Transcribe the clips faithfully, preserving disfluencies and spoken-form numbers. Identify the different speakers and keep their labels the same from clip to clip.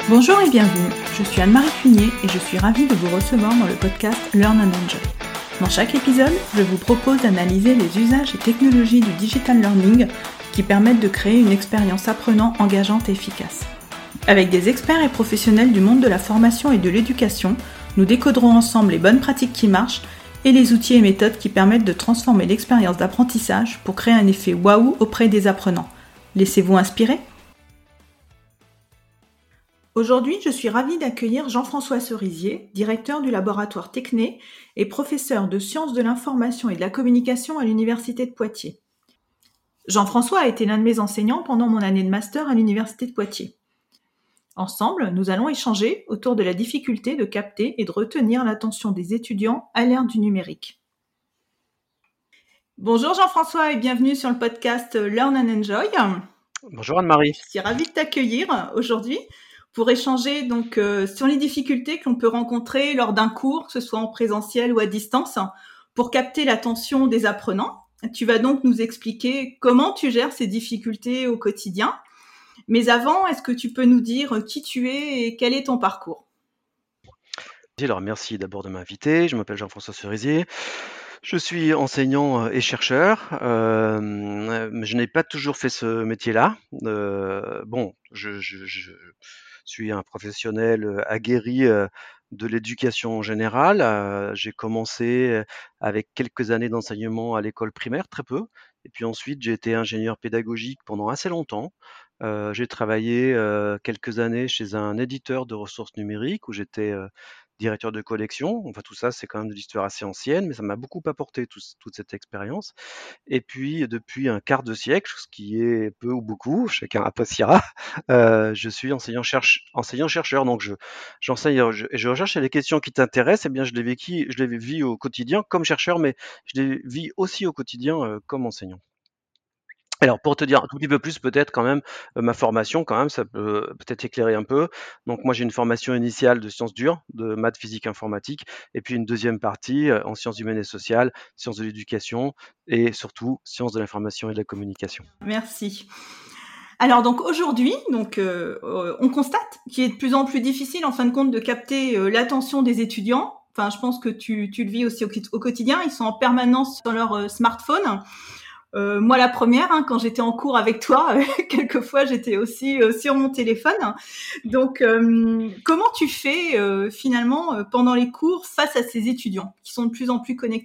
Speaker 1: Bonjour et bienvenue, je suis Anne-Marie Cunier et je suis ravie de vous recevoir dans le podcast Learn and Enjoy. Dans chaque épisode, je vous propose d'analyser les usages et technologies du digital learning qui permettent de créer une expérience apprenant engageante et efficace. Avec des experts et professionnels du monde de la formation et de l'éducation, nous décoderons ensemble les bonnes pratiques qui marchent et les outils et méthodes qui permettent de transformer l'expérience d'apprentissage pour créer un effet waouh auprès des apprenants. Laissez-vous inspirer ? Aujourd'hui, je suis ravie d'accueillir Jean-François Cerisier, directeur du laboratoire Techné et professeur de sciences de l'information et de la communication à l'Université de Poitiers. Jean-François a été l'un de mes enseignants pendant mon année de master à l'Université de Poitiers. Ensemble, nous allons échanger autour de la difficulté de capter et de retenir l'attention des étudiants à l'ère du numérique. Bonjour Jean-François et bienvenue sur le podcast Learn and Enjoy.
Speaker 2: Bonjour Anne-Marie.
Speaker 1: Je suis ravie de t'accueillir aujourd'hui pour échanger donc euh, sur les difficultés que l'on peut rencontrer lors d'un cours, que ce soit en présentiel ou à distance, pour capter l'attention des apprenants. Tu vas donc nous expliquer comment tu gères ces difficultés au quotidien. Mais avant, est-ce que tu peux nous dire qui tu es et quel est ton parcours ?
Speaker 2: Alors merci d'abord de m'inviter. Je m'appelle Jean-François Cerisier. Je suis enseignant et chercheur. Euh, je n'ai pas toujours fait ce métier-là. Euh, bon, je, je, je suis un professionnel aguerri de l'éducation en général. Euh, j'ai commencé avec quelques années d'enseignement à l'école primaire, très peu. Et puis ensuite, j'ai été ingénieur pédagogique pendant assez longtemps. Euh, j'ai travaillé euh, quelques années chez un éditeur de ressources numériques où j'étais euh, directeur de collection. Enfin, tout ça, c'est quand même de l'histoire assez ancienne, mais ça m'a beaucoup apporté tout- toute cette expérience. Et puis, depuis un quart de siècle, ce qui est peu ou beaucoup, chacun appréciera, euh, je suis enseignant cherche, enseignant-chercheur. Donc, je, j'enseigne, je, je recherche les questions qui t'intéressent. Eh bien, je les vécu, je les vis au quotidien comme chercheur, mais je les vis aussi au quotidien euh, comme enseignant. Alors pour te dire un tout petit peu plus peut-être quand même, heu, ma formation quand même, ça peut peut-être éclairer un peu. Donc moi j'ai une formation initiale de sciences dures, de maths, physique, informatique et puis une deuxième partie, heu, en sciences humaines et sociales, sciences de l'éducation et surtout sciences de l'information et de la communication.
Speaker 1: Merci. Alors donc aujourd'hui, donc euh, euh, on constate qu'il est de plus en plus difficile en fin de compte de capter euh, l'attention des étudiants. Enfin, je pense que tu, tu le vis aussi au, au quotidien. Ils sont en permanence sur leur euh, smartphone. Euh, moi, la première, hein, quand j'étais en cours avec toi, euh, quelquefois j'étais aussi euh, sur mon téléphone. Donc, euh, comment tu fais euh, finalement euh, pendant les cours face à ces étudiants qui sont de plus en plus connectés ?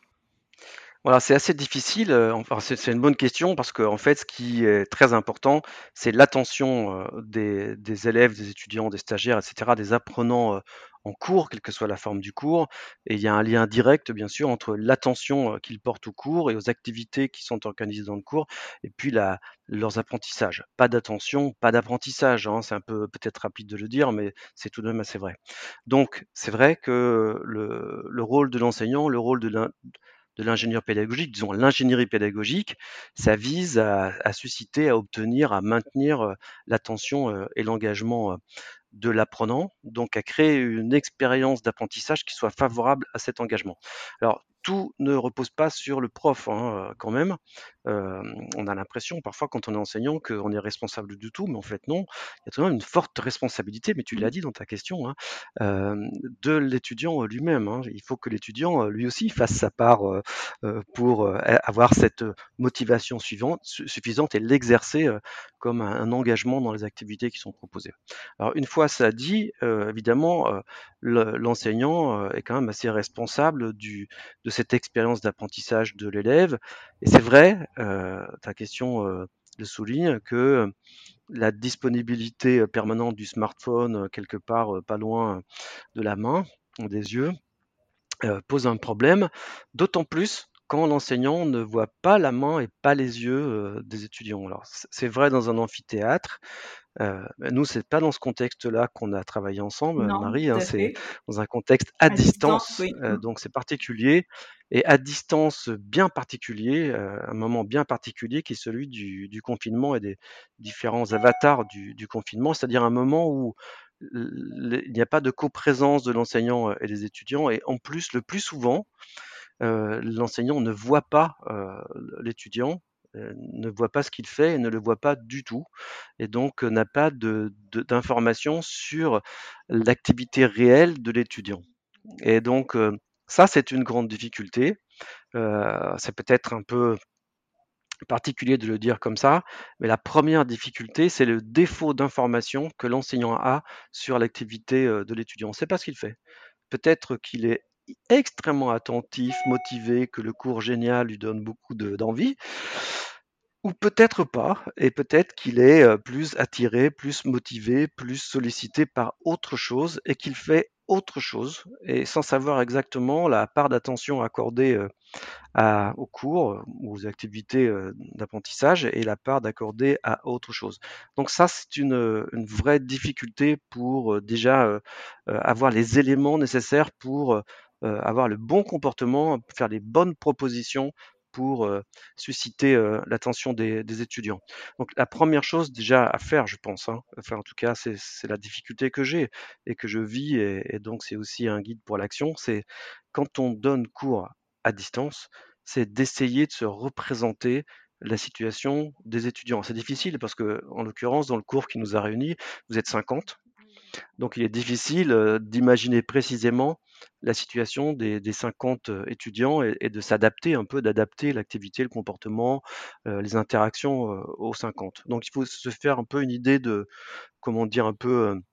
Speaker 2: Voilà, c'est assez difficile, heu, enfin c'est c'est une bonne question parce qu'en fait, ce qui est très important, c'est l'attention, heu, des des élèves, des étudiants, des stagiaires et cetera, des apprenants, heu, en cours, quelle que soit la forme du cours et il y a un lien direct, bien sûr, entre l'attention, heu, qu'ils portent au cours et aux activités qui sont organisées dans le cours et puis la leurs apprentissages. Pas d'attention, pas d'apprentissage, hein, c'est un peu peut-être rapide de le dire, mais c'est tout de même assez vrai. Donc c'est vrai que le le rôle de l'enseignant, le rôle de l'in de l'ingénieur pédagogique, disons l'ingénierie pédagogique, ça vise à, à susciter, à obtenir, à maintenir euh, l'attention euh, et l'engagement euh, de l'apprenant, donc à créer une expérience d'apprentissage qui soit favorable à cet engagement. Alors, tout ne repose pas sur le prof, hein, euh, quand même. Euh, on a l'impression parfois quand on est enseignant qu'on est responsable de tout, mais en fait non. Il y a tout de même une forte responsabilité, mais tu l'as dit dans ta question, hein, euh, de l'étudiant lui-même, hein. Il faut que l'étudiant euh, lui aussi fasse sa part euh, euh, pour euh, avoir cette motivation suivante, su- suffisante et l'exercer euh, comme un, un engagement dans les activités qui sont proposées. Alors une fois ça dit, heu, évidemment, heu, le l'enseignant, heu, est quand même assez responsable du de cette expérience d'apprentissage de l'élève et c'est vrai, heu, ta question, heu, le souligne que, la disponibilité, heu, permanente du smartphone, heu, quelque part, heu, pas loin de la main, ou des yeux, heu, pose un problème, d'autant plus quand l'enseignant ne voit pas la main et pas les yeux, heu, des étudiants. Alors c c'est vrai dans un amphithéâtre. Heu, bah, nous, c'est pas dans ce contexte-là qu'on a travaillé ensemble,
Speaker 1: Non,
Speaker 2: Anne-Marie,
Speaker 1: tout
Speaker 2: hein,
Speaker 1: à
Speaker 2: c'est
Speaker 1: fait.
Speaker 2: dans un contexte à
Speaker 1: À distance,
Speaker 2: distance,
Speaker 1: oui.
Speaker 2: heu, donc c'est particulier et à distance bien particulier, heu, un moment bien particulier qui est celui du du confinement et des différents avatars du du confinement. C'est-à-dire un moment où l il n'y a pas de coprésence de l'enseignant, heu, et des étudiants et en plus, le plus souvent, heu, l'enseignant ne voit pas, heu, l'étudiant heu, ne voit pas ce qu'il fait et ne le voit pas du tout et donc heu, n'a pas de de d'informations sur l'activité réelle de l'étudiant et donc heu, ça, c'est une grande difficulté. Heu, c'est peut-être un peu particulier de le dire comme ça, mais la première difficulté, c'est le défaut d'information que l'enseignant a sur l'activité, heu, de l'étudiant. On ne sait pas ce qu'il fait. Peut-être qu'il est extrêmement attentif, motivé, que le cours génial lui donne beaucoup de d'envie ou peut-être pas et peut-être qu'il est, heu, plus attiré, plus motivé, plus sollicité par autre chose et qu'il fait autre chose et sans savoir exactement la part d'attention accordée, heu, à aux cours ou aux activités, heu, d'apprentissage et la part d'accorder à autre chose. Donc ça, c'est une, heu, une vraie difficulté pour, heu, déjà, heu heu, avoir les éléments nécessaires pour, heu heu, avoir le bon comportement, faire les bonnes propositions pour, heu, susciter, heu, l'attention des des étudiants. Donc la première chose déjà à faire, je pense, hein, enfin en tout cas c'est c'est la difficulté que j'ai et que je vis et et donc c'est aussi un guide pour l'action, c'est quand on donne cours à distance, c'est d'essayer de se représenter la situation des étudiants. C'est difficile parce que, en l'occurrence, dans le cours qui nous a réunis, vous êtes cinquante, donc il est difficile euh, d'imaginer précisément la situation des, des cinquante euh, étudiants et, et de s'adapter un peu, d'adapter l'activité, le comportement, euh, les interactions euh, aux cinquante. Donc il faut se faire un peu une idée de, comment dire, un peu euh,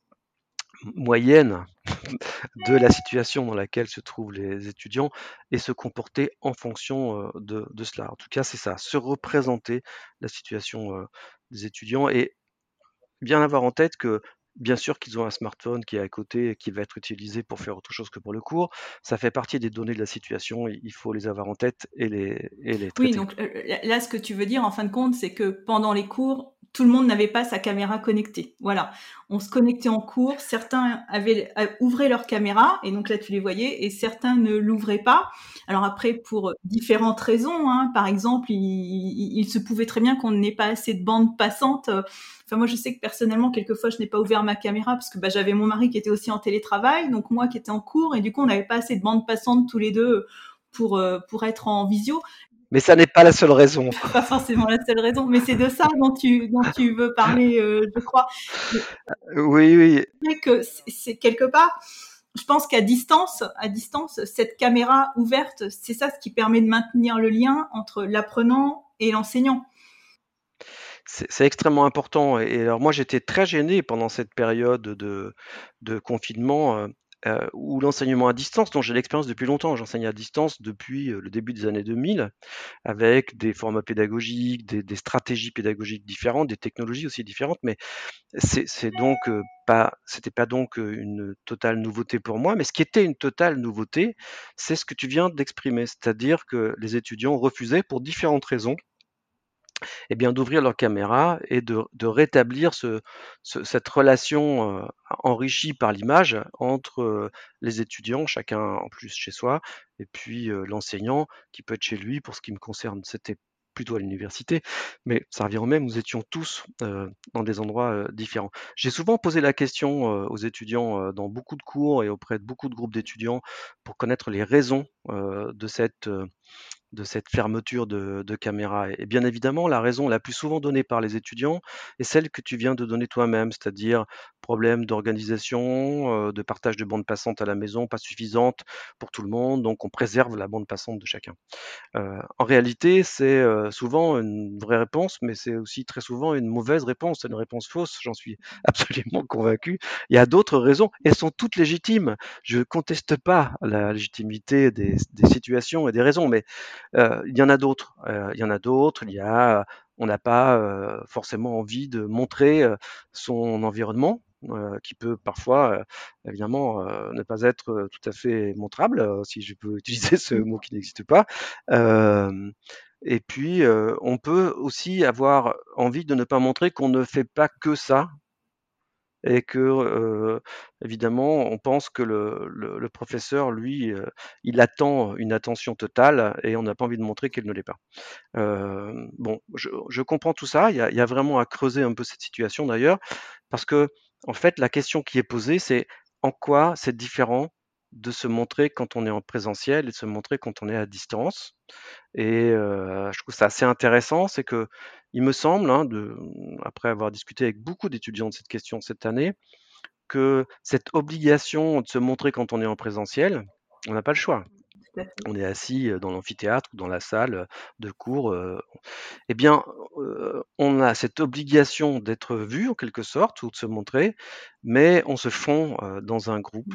Speaker 2: moyenne de la situation dans laquelle se trouvent les étudiants et se comporter en fonction euh, de, de cela. En tout cas, c'est ça, se représenter la situation euh, des étudiants et bien avoir en tête que bien sûr qu'ils ont un smartphone qui est à côté et qui va être utilisé pour faire autre chose que pour le cours. Ça fait partie des données de la situation, il faut les avoir en tête et les, et les
Speaker 1: Oui,
Speaker 2: traiter.
Speaker 1: donc euh, là, ce que tu veux dire, en fin de compte, c'est que pendant les cours, tout le monde n'avait pas sa caméra connectée. Voilà, on se connectait en cours, certains avaient euh, ouvraient leur caméra et donc là tu les voyais et certains ne l'ouvraient pas. Alors après, pour différentes raisons, hein, par exemple, il, il, il se pouvait très bien qu'on n'ait pas assez de bande passante. Enfin, moi, je sais que personnellement, quelquefois, je n'ai pas ouvert ma caméra parce que bah, j'avais mon mari qui était aussi en télétravail, donc moi qui étais en cours et du coup, on n'avait pas assez de bande passante tous les deux pour euh, pour être en visio.
Speaker 2: Mais ça n'est pas la seule raison.
Speaker 1: Pas forcément la seule raison, mais c'est de ça dont tu, dont tu veux parler, euh, je crois. Mais
Speaker 2: Oui, oui,
Speaker 1: c'est vrai que c'est, c'est quelque part, je pense qu'à distance, à distance, cette caméra ouverte, c'est ça ce qui permet de maintenir le lien entre l'apprenant et l'enseignant.
Speaker 2: c'est c'est extrêmement important et alors moi j'étais très gêné pendant cette période de de confinement, heu heu, où l'enseignement à distance dont j'ai l'expérience depuis longtemps. J'enseigne à distance depuis, heu, le début des années deux mille avec des formats pédagogiques, des des stratégies pédagogiques différentes, des technologies aussi différentes, mais c'est c'est donc, heu, pas c'était pas donc, heu, une totale nouveauté pour moi, mais ce qui était une totale nouveauté, c'est ce que tu viens d'exprimer. C'est-à-dire que les étudiants refusaient pour différentes raisons eh bien, d'ouvrir leur caméra et de, de rétablir ce, ce- cette relation euh, enrichie par l'image entre euh, les étudiants, chacun en plus chez soi, et puis euh, l'enseignant qui peut être chez lui. Pour ce qui me concerne, c'était plutôt à l'université, mais ça revient au même, nous étions tous euh, dans des endroits euh, différents. J'ai souvent posé la question euh, aux étudiants euh, dans beaucoup de cours et auprès de beaucoup de groupes d'étudiants pour connaître les raisons euh, de cette euh, de cette fermeture de, de caméra. Et bien évidemment, la raison la plus souvent donnée par les étudiants est celle que tu viens de donner toi-même, c'est-à-dire problème d'organisation, euh, de partage de bande passante à la maison, pas suffisante pour tout le monde, donc on préserve la bande passante de chacun. Euh, en réalité, c'est euh, souvent une vraie réponse, mais c'est aussi très souvent une mauvaise réponse, c'est une réponse fausse, j'en suis absolument convaincu. Il y a d'autres raisons, elles sont toutes légitimes. Je ne conteste pas la légitimité des, des situations et des raisons, mais euh, il y en a d'autres. Euh, il y en a d'autres. Il y a, on n'a pas euh, forcément envie de montrer euh, son environnement, euh, qui peut parfois, euh, évidemment, euh, ne pas être euh, tout à fait montrable, euh, si je peux utiliser ce mot qui n'existe pas. Euh, et puis, euh, on peut aussi avoir envie de ne pas montrer qu'on ne fait pas que ça, et que, heu, évidemment, on pense que le le le professeur, lui, heu, il attend une attention totale et on n'a pas envie de montrer qu'elle ne l'est pas. Hem, bon, je je comprends tout ça, il y a il y a vraiment à creuser un peu cette situation d'ailleurs, parce que en fait, la question qui est posée, c'est: en quoi c'est différent de se montrer quand on est en présentiel et de se montrer quand on est à distance. Et euh, je trouve ça assez intéressant, c'est que il me semble, hein, de, après avoir discuté avec beaucoup d'étudiants de cette question cette année, que cette obligation de se montrer quand on est en présentiel, on n'a pas le choix.
Speaker 1: Tout à fait.
Speaker 2: On est assis dans l'amphithéâtre ou dans la salle de cours, euh, eh bien, euh, on a cette obligation d'être vu en quelque sorte ou de se montrer, mais on se fond euh, dans un groupe.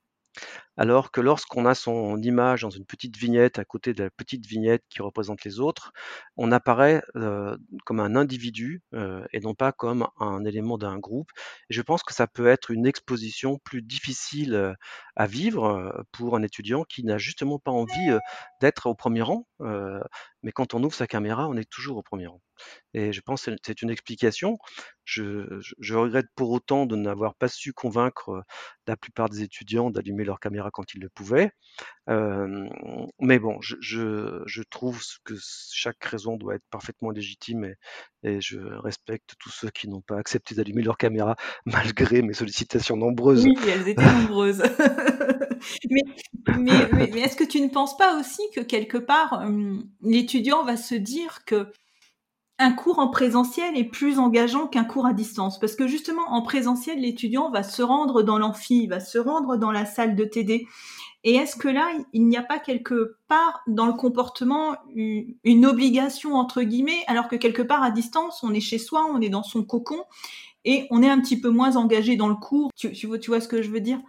Speaker 2: Alors que lorsqu'on a son image dans une petite vignette à côté de la petite vignette qui représente les autres, on apparaît euh, comme un individu euh, et non pas comme un élément d'un groupe. Et je pense que ça peut être une exposition plus difficile euh, à vivre euh, pour un étudiant qui n'a justement pas envie euh, d'être au premier rang. Euh, mais quand on ouvre sa caméra, on est toujours au premier rang. Et je pense que c'est c'est une explication. Je, je- je regrette pour autant de n'avoir pas su convaincre euh, la plupart des étudiants d'allumer leur caméra quand ils le pouvaient. Euh, mais bon, je, je- je trouve que chaque raison doit être parfaitement légitime et, et je respecte tous ceux qui n'ont pas accepté d'allumer leur caméra malgré mes sollicitations nombreuses.
Speaker 1: Oui, elles étaient nombreuses. Mais, mais, mais, mais est-ce que tu ne penses pas aussi que quelque part, euh, l'étudiant va se dire que un cours en présentiel est plus engageant qu'un cours à distance? Parce que justement, en présentiel, l'étudiant va se rendre dans l'amphi, va se rendre dans la salle de T D. Et est-ce que là, il n'y a pas quelque part dans le comportement une obligation, entre guillemets, alors que quelque part à distance, on est chez soi, on est dans son cocon et on est un petit peu moins engagé dans le cours. Tu, tu, vois, tu vois ce que je veux dire?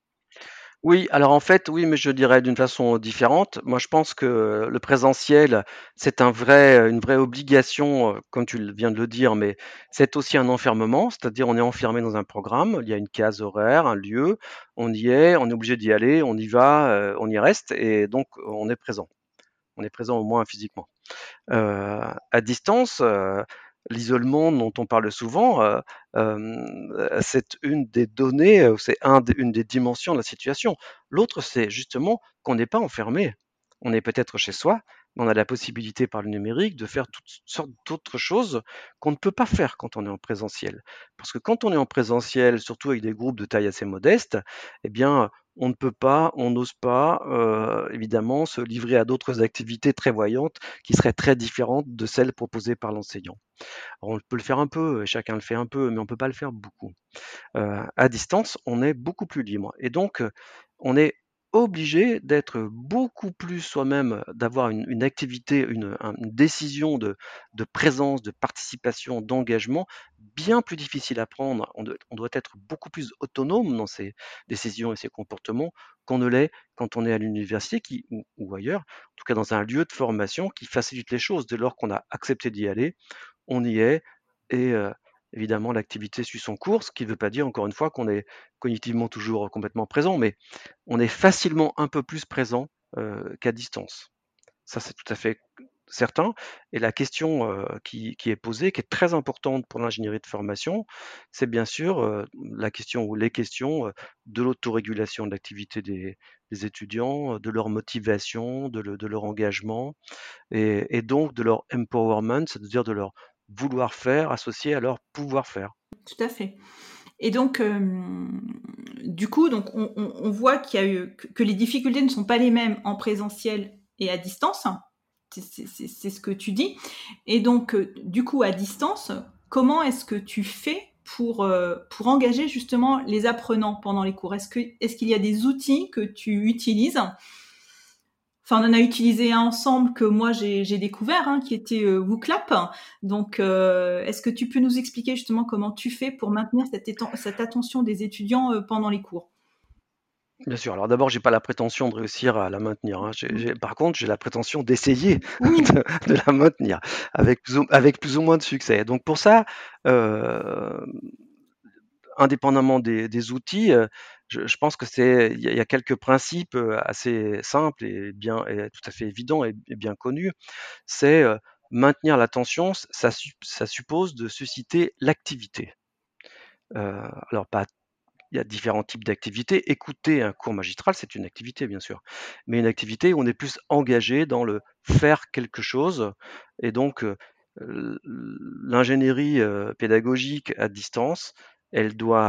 Speaker 2: Oui, alors en fait, oui, mais je dirais d'une façon différente. Moi, je pense que le présentiel, c'est un vrai, une vraie obligation, euh, comme tu le- viens de le dire, mais c'est aussi un enfermement, c'est-à-dire on est enfermé dans un programme, il y a une case horaire, un lieu, on y est, on est obligé d'y aller, on y va, euh, on y reste, et donc on est présent. On est présent au moins physiquement. Euh, à distance, euh, l'isolement dont on parle souvent, euh, euh, c'est une des données, euh, c'est un des- une des dimensions de la situation. L'autre, c'est justement qu'on n'est pas enfermé. On est peut-être chez soi, mais on a la possibilité par le numérique de faire toutes sortes d'autres choses qu'on ne peut pas faire quand on est en présentiel. Parce que quand on est en présentiel, surtout avec des groupes de taille assez modeste, eh bien, on ne peut pas, on n'ose pas, euh, évidemment, se livrer à d'autres activités très voyantes qui seraient très différentes de celles proposées par l'enseignant. Alors, on peut le faire un peu, chacun le fait un peu, mais on ne peut pas le faire beaucoup. Euh, à distance, on est beaucoup plus libre. Et donc, euh, on est obligé d'être beaucoup plus soi-même, d'avoir une, une activité, une, un- une décision de, de présence, de participation, d'engagement, bien plus difficile à prendre. On, doit on doit être beaucoup plus autonome dans ses décisions et ses comportements qu'on ne l'est quand on est à l'université qui, ou, ou ailleurs, en tout cas dans un lieu de formation qui facilite les choses. Dès lors qu'on a accepté d'y aller, on y est et euh, évidemment l'activité suit son cours, ce qui ne veut pas dire encore une fois qu'on est cognitivement toujours complètement présent, mais on est facilement un peu plus présent euh, qu'à distance. Ça, c'est tout à fait certain. Et la question euh, qui, qui est posée, qui est très importante pour l'ingénierie de formation, c'est bien sûr euh, la question ou les questions euh, de l'autorégulation de l'activité des, des étudiants, euh, de leur motivation, de, le- de leur engagement, et, et donc de leur empowerment, c'est-à-dire de leur vouloir faire associé à leur pouvoir faire.
Speaker 1: Tout à fait. Et donc, euh, du coup, donc on, on, on voit qu'il y a eu que, que les difficultés ne sont pas les mêmes en présentiel et à distance. C'est, c'est, c'est, c'est ce que tu dis. Et donc, euh, du coup, à distance, comment est-ce que tu fais pour, euh, pour engager justement les apprenants pendant les cours? Est-ce que, est-ce qu'il y a des outils que tu utilises? Enfin, on en a utilisé un ensemble que moi j'ai, j'ai découvert, hein, qui était euh, WooClap. Donc, euh, est-ce que tu peux nous expliquer justement comment tu fais pour maintenir cette, éten- cette attention des étudiants euh, pendant les cours?
Speaker 2: Bien sûr, alors d'abord, j'ai pas la prétention de réussir à la maintenir, hein. J'ai- j'ai- par contre, j'ai la prétention d'essayer
Speaker 1: Oui,
Speaker 2: de, de la maintenir avec plus, ou, avec plus ou moins de succès. Donc pour ça, euh, indépendamment des, des outils, euh, je, je pense que c'est il y, a il y a quelques principes euh, assez simples et bien et tout à fait évidents et, et bien connus. C'est euh, maintenir l'attention, ça, su- ça suppose de susciter l'activité. Euh, alors pas il y a différents types d'activités. Écouter un cours magistral, c'est une activité, bien sûr, mais une activité où on est plus engagé dans le faire quelque chose. Et donc, euh, l'ingénierie euh, pédagogique à distance, elle doit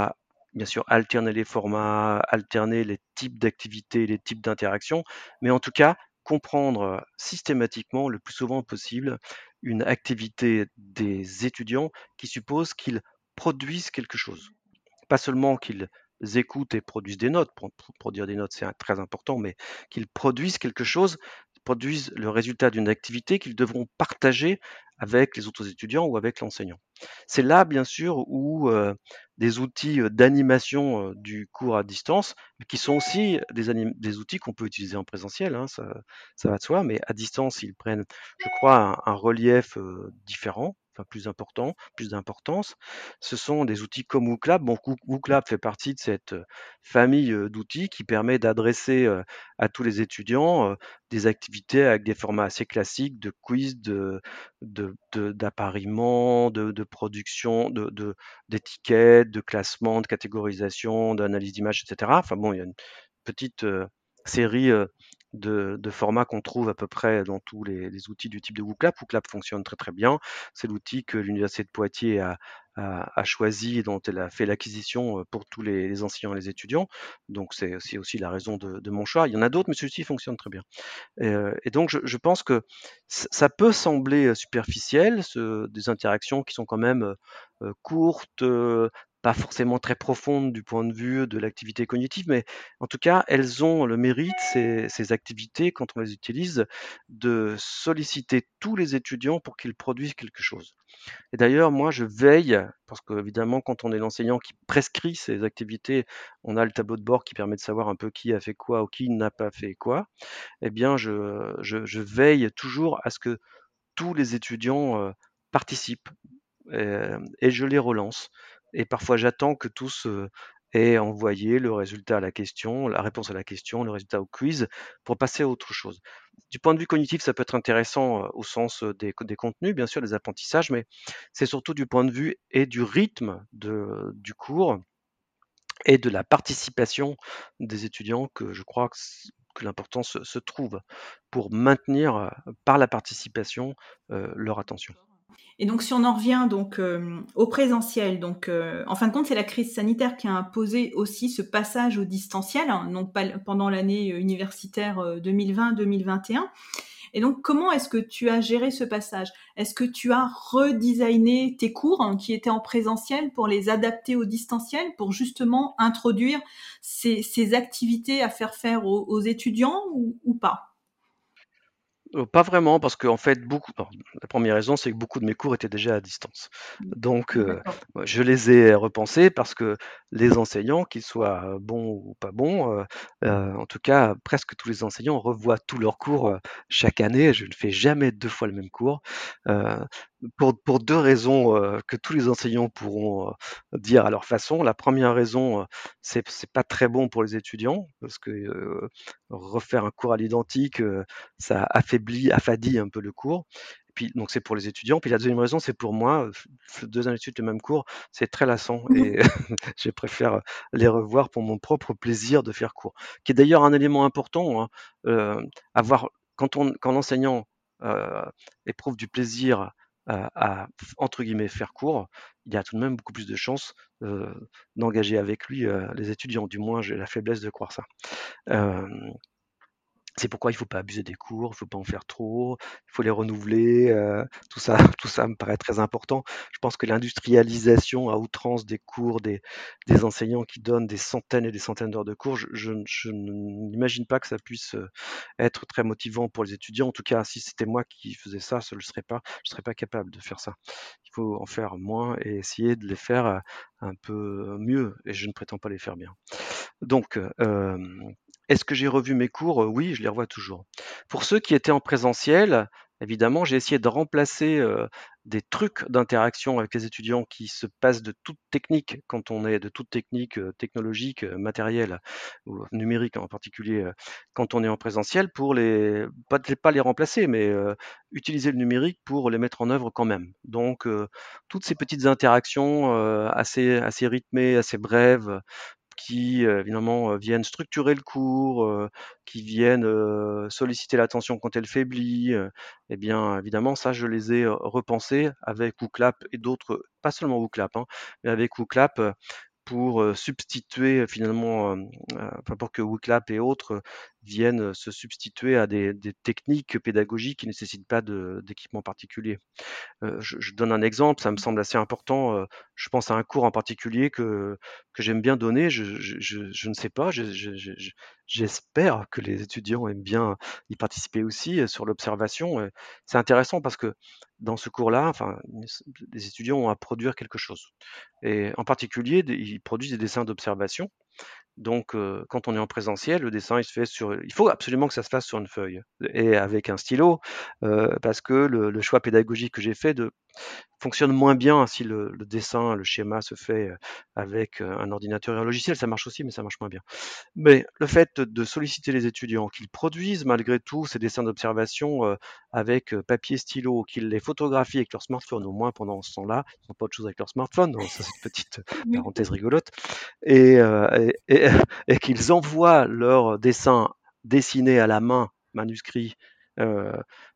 Speaker 2: bien sûr alterner les formats, alterner les types d'activités, les types d'interactions, mais en tout cas comprendre systématiquement le plus souvent possible une activité des étudiants qui suppose qu'ils produisent quelque chose. Pas seulement qu'ils écoutent et produisent des notes, pour, pour produire des notes c'est très important, mais qu'ils produisent quelque chose, produisent le résultat d'une activité qu'ils devront partager avec les autres étudiants ou avec l'enseignant. C'est là, bien sûr, où euh, des outils euh, d'animation euh, du cours à distance, qui sont aussi des, anim- des outils qu'on peut utiliser en présentiel, hein, ça, ça va de soi, mais à distance, ils prennent, je crois, un, un relief euh, différent, enfin plus important, plus d'importance. Ce sont des outils comme WooClap. Bon, Woo- WooClap fait partie de cette euh, famille euh, d'outils qui permet d'adresser euh, à tous les étudiants euh, des activités avec des formats assez classiques de quiz, de, de, de- d'appariement, de, de production, de, de- d'étiquettes, de classement, de catégorisation, d'analyse d'images, et cetera. Enfin bon, il y a une petite euh, série euh, de, de formats qu'on trouve à peu près dans tous les, les outils du type de WooClap. WooClap fonctionne très très bien. C'est l'outil que l'Université de Poitiers a, a, a choisi et dont elle a fait l'acquisition euh, pour tous les, les enseignants et les étudiants. Donc c'est aussi, aussi la raison de, de mon choix. Il y en a d'autres, mais celui-ci fonctionne très bien. Et, euh, et donc, je, je pense que c- ça peut sembler euh, superficiel, ce- des interactions qui sont quand même euh, euh, courtes, euh, pas forcément très profondes du point de vue de l'activité cognitive, mais en tout cas, elles ont le mérite, ces, ces activités, quand on les utilise, de solliciter tous les étudiants pour qu'ils produisent quelque chose. Et d'ailleurs, moi, je veille, parce qu'évidemment, quand on est l'enseignant qui prescrit ces activités, on a le tableau de bord qui permet de savoir un peu qui a fait quoi ou qui n'a pas fait quoi. Eh bien, je, je, je veille toujours à ce que tous les étudiants euh, participent euh, et je les relance. Et parfois, j'attends que tous euh, aient envoyé le résultat à la question, la réponse à la question, le résultat au quiz, pour passer à autre chose. Du point de vue cognitif, ça peut être intéressant euh, au sens euh, des, des contenus, bien sûr, des apprentissages, mais c'est surtout du point de vue et du rythme de, du cours et de la participation des étudiants que je crois que, c- que l'important se, se trouve pour maintenir euh, par la participation euh, leur attention.
Speaker 1: Et donc, si on en revient donc euh, au présentiel, donc euh, en fin de compte, c'est la crise sanitaire qui a imposé aussi ce passage au distanciel, hein, donc pas, pendant l'année euh, universitaire euh, deux mille vingt deux mille vingt et un. Et donc, comment est-ce que tu as géré ce passage? Est-ce que tu as redesigné tes cours hein, qui étaient en présentiel pour les adapter au distanciel, pour justement introduire ces, ces activités à faire faire aux, aux étudiants ou, ou pas?
Speaker 2: Heu, pas vraiment parce qu'en fait beaucoup alors la première raison, c'est que beaucoup de mes cours étaient déjà à distance. Donc heu,
Speaker 1: D'accord.
Speaker 2: ouais, je les ai repensés parce que les enseignants, qu'ils soient, heu, bons ou pas bons, heu heu, en tout cas, presque tous les enseignants revoient tous leurs cours, heu, chaque année. Je ne fais jamais deux fois le même cours, heu, pour pour deux raisons, heu, que tous les enseignants pourront, heu, dire à leur façon. La première raison, heu, c'est c'est pas très bon pour les étudiants parce que, heu, refaire un cours à l'identique, heu, ça affaiblit, affadit un peu le cours. Et puis, donc c'est pour les étudiants. Puis la deuxième raison, c'est pour moi. F- Deux années de suite le même cours, c'est très lassant et je préfère les revoir pour mon propre plaisir de faire cours. Qui est d'ailleurs un élément important. Hein, euh, avoir quand on quand l'enseignant euh, éprouve du plaisir à, à, entre guillemets faire cours, il y a tout de même beaucoup plus de chances euh, d'engager avec lui euh, les étudiants. Du moins, j'ai la faiblesse de croire ça. Euh, c'est pourquoi il faut pas abuser des cours, il faut pas en faire trop, il faut les renouveler, heu, tout ça tout ça me paraît très important. Je pense que l'industrialisation à outrance des cours, des des enseignants qui donnent des centaines et des centaines d'heures de cours, je je n je n'imagine pas que ça puisse, heu, être très motivant pour les étudiants. En tout cas, si c'était moi qui faisais ça, ce ne le serais pas, je serais pas capable de faire ça. Il faut en faire moins et essayer de les faire, heu, un peu mieux et je ne prétends pas les faire bien. Donc, heu, hem, est-ce que j'ai revu mes cours? Heu, oui, je les revois toujours. Pour ceux qui étaient en présentiel, évidemment, j'ai essayé de remplacer, heu, des trucs d'interaction avec les étudiants qui se passent de toute technique quand on est de toute technique, heu, technologique, heu, matérielle ou numérique en particulier, heu, quand on est en présentiel pour les pas de pas les remplacer, mais, heu, utiliser le numérique pour les mettre en œuvre quand même. Donc, heu, toutes ces petites interactions, heu, assez assez rythmées, assez brèves, qui euh, évidemment euh, viennent structurer le cours, euh, qui viennent euh, solliciter l'attention quand elle faiblit, euh, eh bien évidemment ça je les ai euh, repensés avec WooClap et d'autres, pas seulement WooClap, hein, mais avec WooClap euh, pour euh, substituer euh, finalement, euh, euh, enfin, pour que WooClap et autres euh, viennent euh, se substituer à des, des techniques pédagogiques qui ne nécessitent pas de- d'équipement particulier. Euh, je, je donne un exemple, ça me semble assez important. euh, je pense à un cours en particulier que, que j'aime bien donner. Je, je, je, je ne sais pas, je- je- je- je- j'espère que les étudiants aiment bien y participer aussi euh, sur l'observation. Euh, C'est intéressant parce que dans ce cours-là, enfin, les étudiants ont à produire quelque chose. Et en particulier, des- ils produisent des dessins d'observation. Donc, euh, quand on est en présentiel, le dessin, il se fait sur. Il faut absolument que ça se fasse sur une feuille et avec un stylo, euh, parce que le, le choix pédagogique que j'ai fait de fonctionne moins bien si le, le dessin, le schéma se fait euh, avec euh, un ordinateur et un logiciel. Ça marche aussi, mais ça marche moins bien. Mais le fait de solliciter les étudiants, qu'ils produisent malgré tout ces dessins d'observation euh, avec euh, papier, stylo, qu'ils les photographient avec leur smartphone, au moins pendant ce temps-là, ils n'ont pas autre chose avec leur smartphone, donc ça c'est une petite
Speaker 1: Oui.
Speaker 2: parenthèse rigolote, et, euh, et, et- et qu'ils envoient leurs dessins dessinés à la main, manuscrits, euh,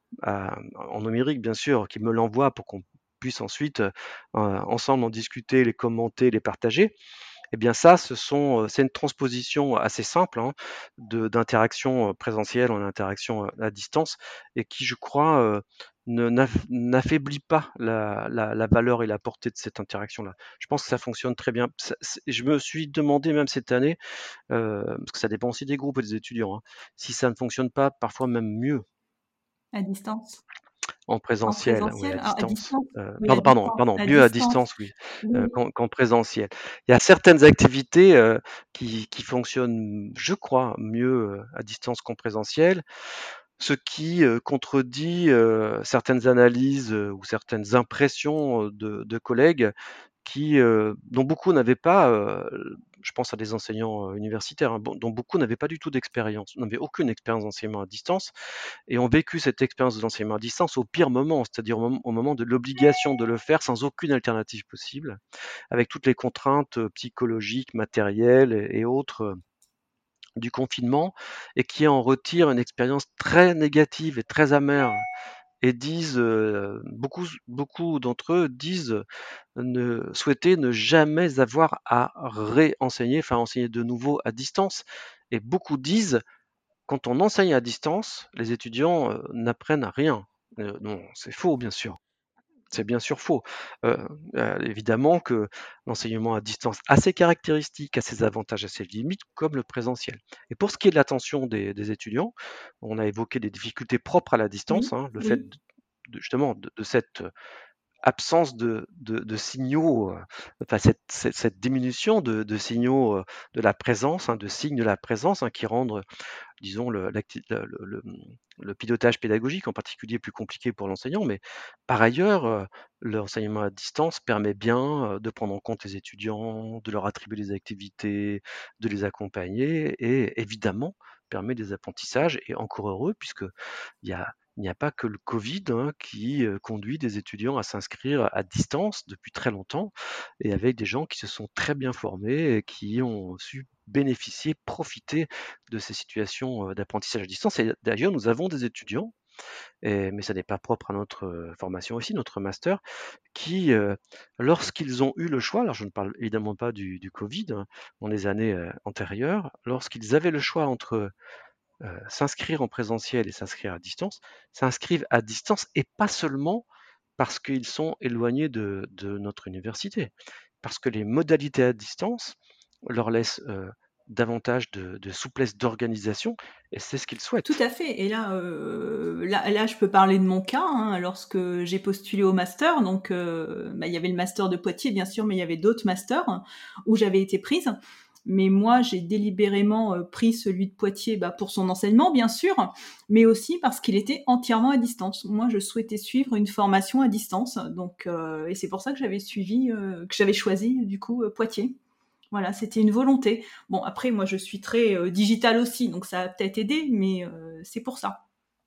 Speaker 2: à- en numérique bien sûr, qu'ils me l'envoient pour qu'on puisse ensuite euh, ensemble en discuter, les commenter, les partager. Eh bien ça, ce sont, euh, c'est une transposition assez simple hein, de- d'interaction euh, présentielle en interaction euh, à distance et qui, je crois, euh, ne- n'aff- n'affaiblit pas la, la- la valeur et la portée de cette interaction-là. Je pense que ça fonctionne très bien. Ça- c'est- Je me suis demandé même cette année, euh, parce que ça dépend aussi des groupes et des étudiants, hein, si ça ne fonctionne pas parfois même mieux
Speaker 1: À distance.
Speaker 2: en
Speaker 1: En
Speaker 2: présentiel, oui, à
Speaker 1: présentiel? Ah, à
Speaker 2: distance.
Speaker 1: distance?
Speaker 2: Heu,
Speaker 1: Oui, à
Speaker 2: pardon, pardon,
Speaker 1: distance.
Speaker 2: pardon,
Speaker 1: À
Speaker 2: mieux à
Speaker 1: distance.
Speaker 2: distance, oui, heu,
Speaker 1: Oui.
Speaker 2: qu'en qu'en présentiel. Il y a certaines activités, heu, qui qui fonctionnent, je crois, mieux, heu, à distance qu'en présentiel, ce qui, heu, contredit, heu, certaines analyses, heu, ou certaines impressions, heu, de de collègues qui, heu, dont beaucoup n'avaient pas, heu, je pense à des enseignants, heu, universitaires, hein, bon, dont beaucoup n'avaient pas du tout d'expérience, n'avaient aucune expérience d'enseignement à distance et ont vécu cette expérience de l'enseignement à distance au pire moment, c'est-à-dire au moment, au moment de l'obligation de le faire sans aucune alternative possible, avec toutes les contraintes euh, psychologiques, matérielles et, et autres euh, du confinement, et qui en retirent une expérience très négative et très amère. Et disent, euh, beaucoup, beaucoup d'entre eux disent ne, souhaiter ne jamais avoir à réenseigner, enfin enseigner de nouveau à distance. Et beaucoup disent quand on enseigne à distance, les étudiants, heu, n'apprennent rien. Heu, non, c'est faux bien sûr. C'est bien sûr faux. Heu heu, évidemment que l'enseignement à distance a ses caractéristiques, a ses avantages, a ses limites, comme le présentiel. Et pour ce qui est de l'attention des des étudiants, on a évoqué des difficultés propres à la distance,
Speaker 1: Oui,
Speaker 2: hein, le fait
Speaker 1: oui.
Speaker 2: de de justement de de cette absence de, de, de signaux, euh, enfin cette, cette, cette diminution de, de signaux euh, de la présence, hein, de signes de la présence hein, qui rendent, disons, le, l'acti- le, le- le pilotage pédagogique en particulier plus compliqué pour l'enseignant. Mais par ailleurs, euh, l'enseignement à distance permet bien euh, de prendre en compte les étudiants, de leur attribuer des activités, de les accompagner et évidemment permet des apprentissages et encore heureux puisque il y a il n'y a pas que le Covid hein, qui euh, conduit des étudiants à s'inscrire à distance depuis très longtemps et avec des gens qui se sont très bien formés et qui ont su bénéficier, profiter de ces situations euh, d'apprentissage à distance. Et d'ailleurs, nous avons des étudiants, et- mais ça n'est pas propre à notre euh, formation ici, notre master, qui, euh, lorsqu'ils ont eu le choix, alors je ne parle évidemment pas du, du Covid, hein, dans les années euh, antérieures, lorsqu'ils avaient le choix entre euh, s'inscrire en présentiel et s'inscrire à distance, s'inscrivent à distance et pas seulement parce qu'ils sont éloignés de, de notre université, parce que les modalités à distance leur laissent euh, davantage de, de souplesse d'organisation et c'est ce qu'ils
Speaker 1: Tout
Speaker 2: souhaitent.
Speaker 1: à fait. Et là, euh, là, là, je peux parler de mon cas. Hein, lorsque j'ai postulé au master, donc euh, bah, il y avait le master de Poitiers, bien sûr, mais il y avait d'autres masters hein, où j'avais été prise. Mais moi, j'ai délibérément euh, pris celui de Poitiers bah, pour son enseignement, bien sûr, mais aussi parce qu'il était entièrement à distance. Moi, je souhaitais suivre une formation à distance, donc euh, et c'est pour ça que j'avais suivi, euh, que j'avais choisi du coup euh, Poitiers. Voilà, c'était une volonté. Bon, après, moi, je suis très euh, digitale aussi, donc ça a peut-être aidé, mais euh, c'est pour ça.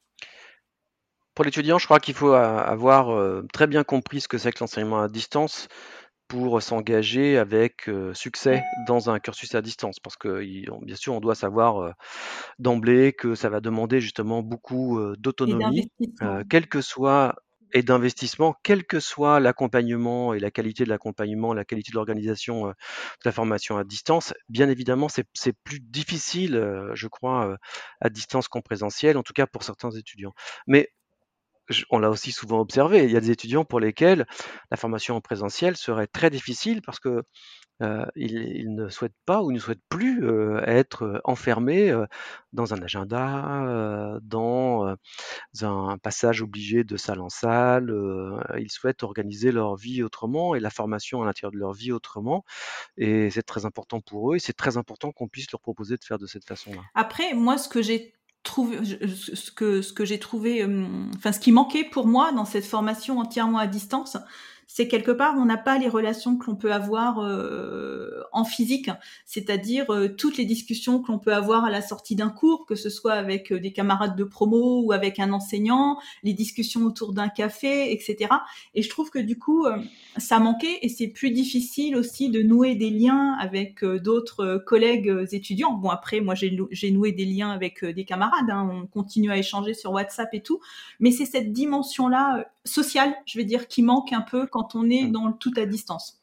Speaker 2: Pour l'étudiant, je crois qu'il faut a- avoir euh, très bien compris ce que c'est que l'enseignement à distance pour s'engager avec euh, succès dans un cursus à distance. Parce que il- on- bien sûr, on doit savoir euh, d'emblée que ça va demander justement beaucoup euh,
Speaker 1: Et
Speaker 2: d'autonomie, euh,
Speaker 1: d'investissement.
Speaker 2: quel que soit et d'investissement, quel que soit l'accompagnement et la qualité de l'accompagnement, la qualité de l'organisation euh, de la formation à distance. Bien évidemment, c'est c'est plus difficile, euh, je crois, euh, à distance qu'en présentiel, en tout cas pour certains étudiants. Mais je- on l'a aussi souvent observé, il y a des étudiants pour lesquels la formation en présentiel serait très difficile parce que euh, ils, ils ne souhaitent pas ou ne souhaitent plus euh, être euh, enfermés euh, dans un agenda, euh, dans euh, un passage obligé de salle en salle. Euh, ils souhaitent organiser leur vie autrement et la formation à l'intérieur de leur vie autrement. Et c'est très important pour eux et c'est très important qu'on puisse leur proposer de faire de cette façon-là.
Speaker 1: Après, moi, ce que j'ai trouvé, je- ce que ce que j'ai trouvé, euh, enfin, ce qui manquait pour moi dans cette formation entièrement à distance, c'est quelque part, on n'a pas les relations que l'on peut avoir euh, en physique, c'est-à-dire euh, toutes les discussions que l'on peut avoir à la sortie d'un cours, que ce soit avec euh, des camarades de promo ou avec un enseignant, les discussions autour d'un café, et cetera. Et je trouve que du coup, euh, ça manquait et c'est plus difficile aussi de nouer des liens avec euh, d'autres euh, collègues euh, étudiants. Bon, après, moi, j'ai, nou- j'ai noué des liens avec euh, des camarades, hein, on continue à échanger sur WhatsApp et tout, mais c'est cette dimension-là euh, sociale, je vais dire, qui manque un peu quand on est
Speaker 2: Mm.
Speaker 1: dans le tout à distance.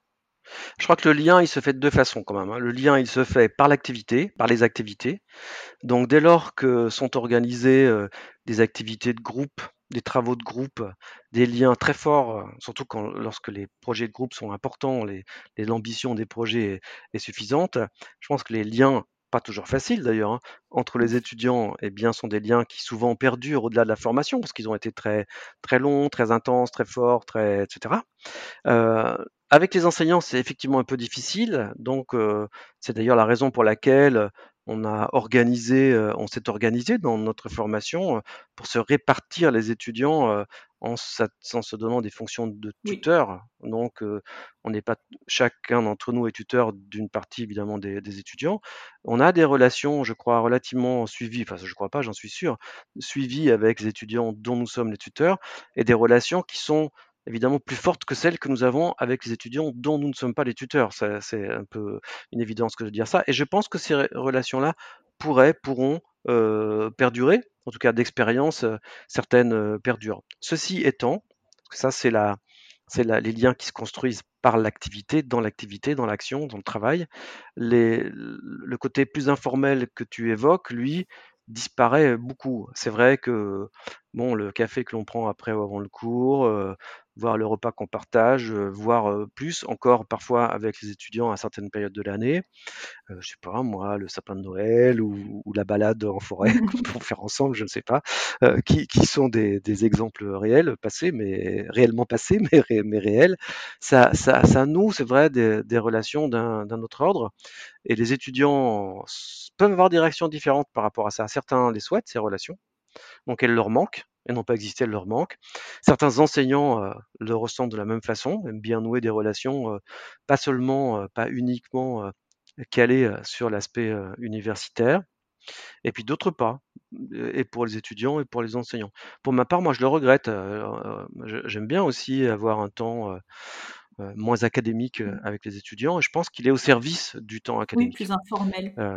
Speaker 2: Je crois que le lien, il se fait de deux façons quand même, hein. Le lien, il se fait par l'activité, par les activités. Donc dès lors que sont organisées euh, des activités de groupe, des travaux de groupe, des liens très forts, euh, surtout quand, lorsque les projets de groupe sont importants, les, les- l'ambition des projets est, est suffisante, je pense que les liens, pas toujours faciles d'ailleurs, hein, entre les étudiants, eh bien, sont des liens qui souvent perdurent au-delà de la formation, parce qu'ils ont été très, très longs, très intenses, très forts, très, et cetera. Euh, avec les enseignants, c'est effectivement un peu difficile. Donc, euh, c'est d'ailleurs la raison pour laquelle on a organisé, euh, on s'est organisé dans notre formation euh, pour se répartir les étudiants euh, en, sa- en se donnant des fonctions de
Speaker 1: Oui.
Speaker 2: tuteur. Donc, euh, on n'est pas chacun d'entre nous est tuteur d'une partie évidemment des, des étudiants. On a des relations, je crois, relativement suivies. Enfin, je crois pas, j'en suis sûr, suivies avec les étudiants dont nous sommes les tuteurs et des relations qui sont évidemment plus forte que celle que nous avons avec les étudiants dont nous ne sommes pas les tuteurs. Ça, c'est un peu une évidence que de dire ça. Et je pense que ces re- relations-là pourraient, pourront euh, perdurer. En tout cas, d'expérience, euh, certaines euh, perdurent. Ceci étant, parce que ça, c'est la, c'est la- les liens qui se construisent par l'activité, dans l'activité, dans l'action, dans le travail. Les- le côté plus informel que tu évoques, lui, disparaît beaucoup. C'est vrai que bon, le café que l'on prend après ou avant le cours, euh, voir le repas qu'on partage, euh, voir euh, plus encore parfois avec les étudiants à certaines périodes de l'année. Euh, je sais pas moi, le sapin de Noël ou, ou la balade en forêt qu'on peut faire ensemble, je ne sais pas, euh, qui, qui sont des, des exemples réels, passés, mais réellement passés, mais, ré- mais réels. Ça, ça, ça noue, c'est vrai, des, des relations d'un d'un autre ordre. Et les étudiants s- peuvent avoir des réactions différentes par rapport à ça. Certains les souhaitent, ces relations donc elles leur manquent, elles n'ont pas existé, elles leur manquent. Certains enseignants euh, le ressentent de la même façon, aiment bien nouer des relations, euh, pas seulement, euh, pas uniquement euh, calées euh, sur l'aspect euh, universitaire, et puis d'autres pas, euh, et pour les étudiants et pour les enseignants. Pour ma part, moi je le regrette, euh, euh, je- j'aime bien aussi avoir un temps euh, euh, moins académique euh, avec les étudiants, et je pense qu'il est au service du temps
Speaker 1: Oui,
Speaker 2: académique.
Speaker 1: plus informel.
Speaker 2: Euh,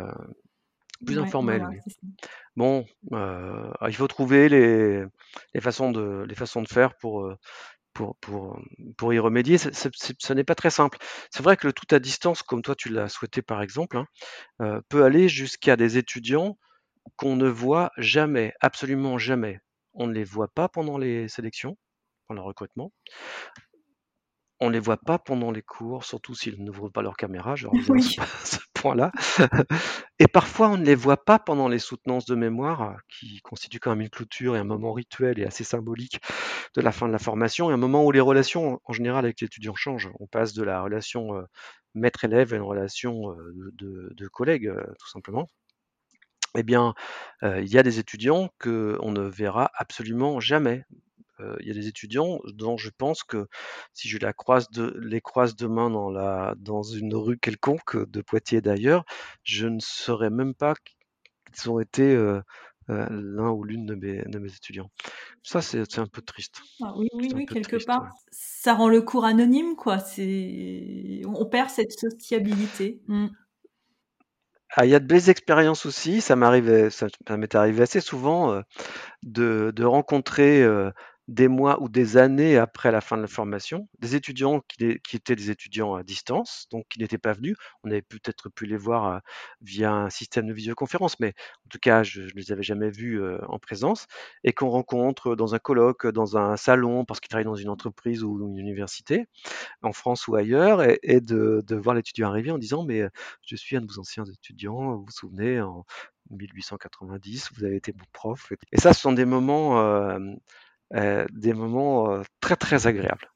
Speaker 2: plus
Speaker 1: Ouais,
Speaker 2: informel,
Speaker 1: voilà,
Speaker 2: oui.
Speaker 1: c'est ça.
Speaker 2: Bon, heu, il faut trouver les les façons de les façons de faire pour, heu, pour pour, pour y remédier. C'est c'est c'est ce n'est pas très simple. C'est vrai que le tout à distance, comme toi tu l'as souhaité par exemple, hein, heu, peut aller jusqu'à des étudiants qu'on ne voit jamais, absolument jamais. On ne les voit pas pendant les sélections, pendant le recrutement. On les voit pas pendant les cours, surtout s'ils n'ouvrent pas leur caméra, je reviens à ce
Speaker 1: Oui.
Speaker 2: ce point-là. Et parfois, on ne les voit pas pendant les soutenances de mémoire, euh, qui constituent quand même une clôture et un moment rituel et assez symbolique de la fin de la formation, et un moment où les relations, en général, avec l'étudiant changent. On passe de la relation euh, maître-élève à une relation euh, de, de collègue, euh, tout simplement. Eh bien, euh, il y a des étudiants qu'on ne verra absolument jamais. Euh, il y a des étudiants dont je pense que si je la croise de, les croise demain dans, la, dans une rue quelconque de Poitiers d'ailleurs, je ne saurais même pas qu'ils ont été euh, euh, l'un ou l'une de mes, de mes étudiants. Ça, c'est c'est un peu triste.
Speaker 1: Ah oui, oui,
Speaker 2: C'est un
Speaker 1: oui,
Speaker 2: peu
Speaker 1: quelque
Speaker 2: triste,
Speaker 1: part,
Speaker 2: ouais.
Speaker 1: ça rend le cours anonyme, quoi. C'est, on perd cette sociabilité. Mm.
Speaker 2: Ah, il y a de belles expériences aussi. Ça m'arrive, ça, ça m'est arrivé assez souvent euh, de, de rencontrer euh, des mois ou des années après la fin de la formation, des étudiants qui, qui étaient des étudiants à distance, donc qui n'étaient pas venus. On avait peut-être pu les voir euh, via un système de visioconférence, mais en tout cas, je ne les avais jamais vus euh, en présence, et qu'on rencontre dans un colloque, dans un salon, parce qu'ils travaillent dans une entreprise ou une université, en France ou ailleurs, et, et de, de voir l'étudiant arriver en disant mais euh, je suis un de vos anciens étudiants, vous vous souvenez, en mille huit cent quatre-vingt-dix, vous avez été mon prof. Et ça, ce sont des moments, euh, euh, des moments euh, très très agréables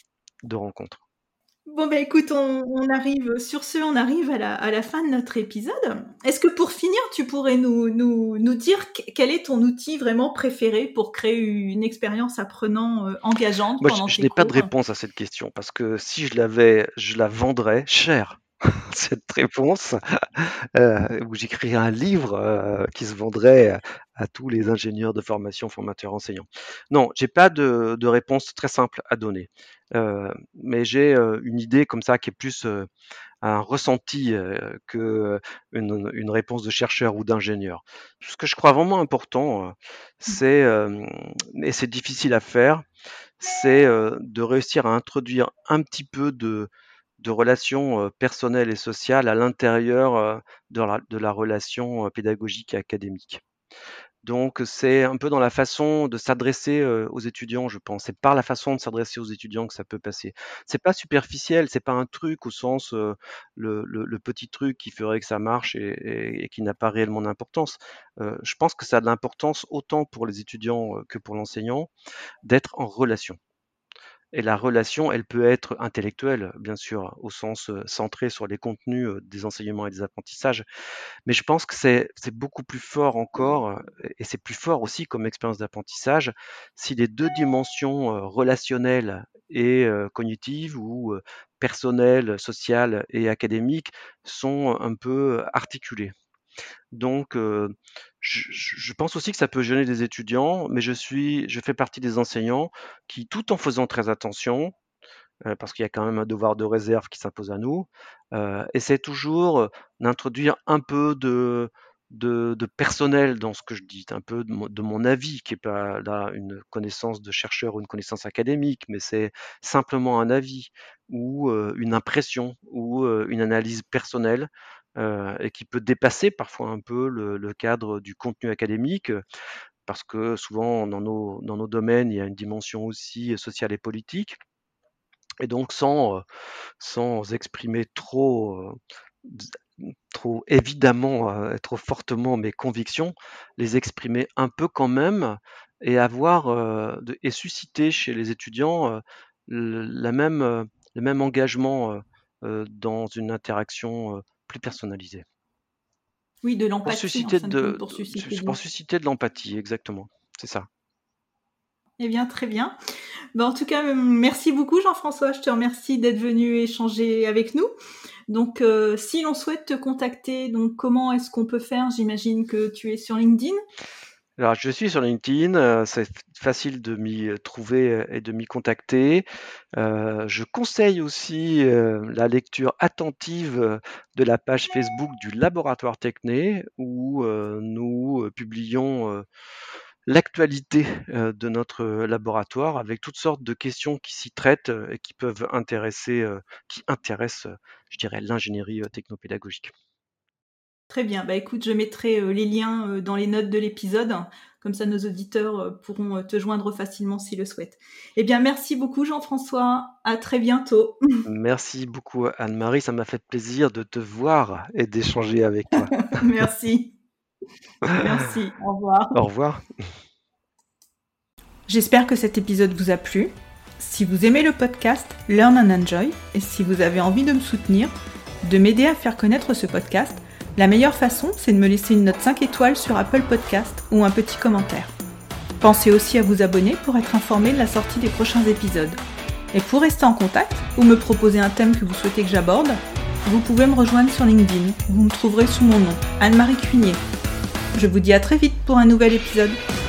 Speaker 2: de rencontre.
Speaker 1: Bon, bah écoute, on, on arrive, sur ce, on arrive à la, à la fin de notre épisode. Est-ce que pour finir, tu pourrais nous, nous, nous dire quel est ton outil vraiment préféré pour créer une expérience apprenant euh, engageante
Speaker 2: Moi,
Speaker 1: pendant
Speaker 2: je, je
Speaker 1: tes
Speaker 2: n'ai
Speaker 1: cours?
Speaker 2: pas de réponse à cette question parce que si je l'avais, je la vendrais cher. Cette réponse, euh, où j'écrirais un livre euh, qui se vendrait à, à tous les ingénieurs de formation, formateurs, enseignants. Non, j'ai pas de, de réponse très simple à donner, euh, mais j'ai euh, une idée comme ça qui est plus euh, un ressenti euh, que une, une réponse de chercheur ou d'ingénieur. Ce que je crois vraiment important, euh, c'est, euh, et c'est difficile à faire, c'est euh, de réussir à introduire un petit peu de, de relations euh, personnelles et sociales à l'intérieur euh, de, la, de la relation euh, pédagogique et académique. Donc c'est un peu dans la façon de s'adresser euh, aux étudiants, je pense. C'est par la façon de s'adresser aux étudiants que ça peut passer. C'est pas superficiel, c'est pas un truc au sens euh, le, le- le petit truc qui ferait que ça marche et, et- et qui n'a pas réellement d'importance. Euh, je pense que ça a de l'importance autant pour les étudiants euh, que pour l'enseignant d'être en relation. Et la relation, elle peut être intellectuelle, bien sûr, au sens euh, centré sur les contenus euh, des enseignements et des apprentissages. Mais je pense que c'est c'est beaucoup plus fort encore, euh, et c'est plus fort aussi comme expérience d'apprentissage, si les deux dimensions euh, relationnelles et euh, cognitives ou euh, personnelles, sociales et académiques sont un peu articulées. Donc, euh, je, je pense aussi que ça peut gêner des étudiants, mais je suis, je fais partie des enseignants qui, tout en faisant très attention, euh, parce qu'il y a quand même un devoir de réserve qui s'impose à nous, euh, essaie toujours euh, d'introduire un peu de, de, de personnel dans ce que je dis, un peu de mon, de mon avis, qui n'est pas là une connaissance de chercheur ou une connaissance académique, mais c'est simplement un avis ou euh, une impression ou euh, une analyse personnelle. Euh, et qui peut dépasser parfois un peu le, le cadre du contenu académique, parce que souvent dans nos, dans nos domaines, il y a une dimension aussi sociale et politique. Et donc sans, euh, sans exprimer trop, euh, trop évidemment, euh, trop fortement mes convictions, les exprimer un peu quand même et avoir euh, de- et susciter chez les étudiants euh, le, la même, euh, le même engagement euh, euh, dans une interaction euh, plus personnalisée.
Speaker 1: Oui, de
Speaker 2: Pour
Speaker 1: l'empathie, en
Speaker 2: susciter
Speaker 1: fin de compte,
Speaker 2: de,
Speaker 1: pour susciter
Speaker 2: de-
Speaker 1: de
Speaker 2: pour
Speaker 1: l'empathie.
Speaker 2: susciter de l'empathie, exactement. C'est ça.
Speaker 1: Eh bien, très bien. Ben, en tout cas, merci beaucoup Jean-François. Je te remercie d'être venu échanger avec nous. Donc, euh, si l'on souhaite te contacter, donc comment est-ce qu'on peut faire? J'imagine que tu es sur LinkedIn.
Speaker 2: Alors, je suis sur LinkedIn, euh, c'est facile de m'y euh, trouver euh, et de m'y contacter. Euh, je conseille aussi euh, la lecture attentive euh, de la page Facebook du Laboratoire Techné, où euh, nous euh, publions euh, l'actualité euh, de notre laboratoire avec toutes sortes de questions qui s'y traitent euh, et qui peuvent intéresser, euh, qui intéressent, euh, je dirais, l'ingénierie euh, technopédagogique.
Speaker 1: Très bien. Bah, écoute, je mettrai euh, les liens euh, dans les notes de l'épisode. Comme ça, nos auditeurs euh, pourront euh, te joindre facilement s'ils le souhaitent. Eh bien, merci beaucoup Jean-François. À très bientôt.
Speaker 2: Merci beaucoup Anne-Marie, ça m'a fait plaisir de te voir et d'échanger avec toi.
Speaker 1: Merci. Merci. Au revoir.
Speaker 2: Au revoir.
Speaker 1: J'espère que cet épisode vous a plu. Si vous aimez le podcast Learn and Enjoy et si vous avez envie de me soutenir, de m'aider à faire connaître ce podcast, la meilleure façon, c'est de me laisser une note cinq étoiles sur Apple Podcast ou un petit commentaire. Pensez aussi à vous abonner pour être informé de la sortie des prochains épisodes. Et pour rester en contact ou me proposer un thème que vous souhaitez que j'aborde, vous pouvez me rejoindre sur LinkedIn. Vous me trouverez sous mon nom, Anne-Marie Cuinier. Je vous dis à très vite pour un nouvel épisode.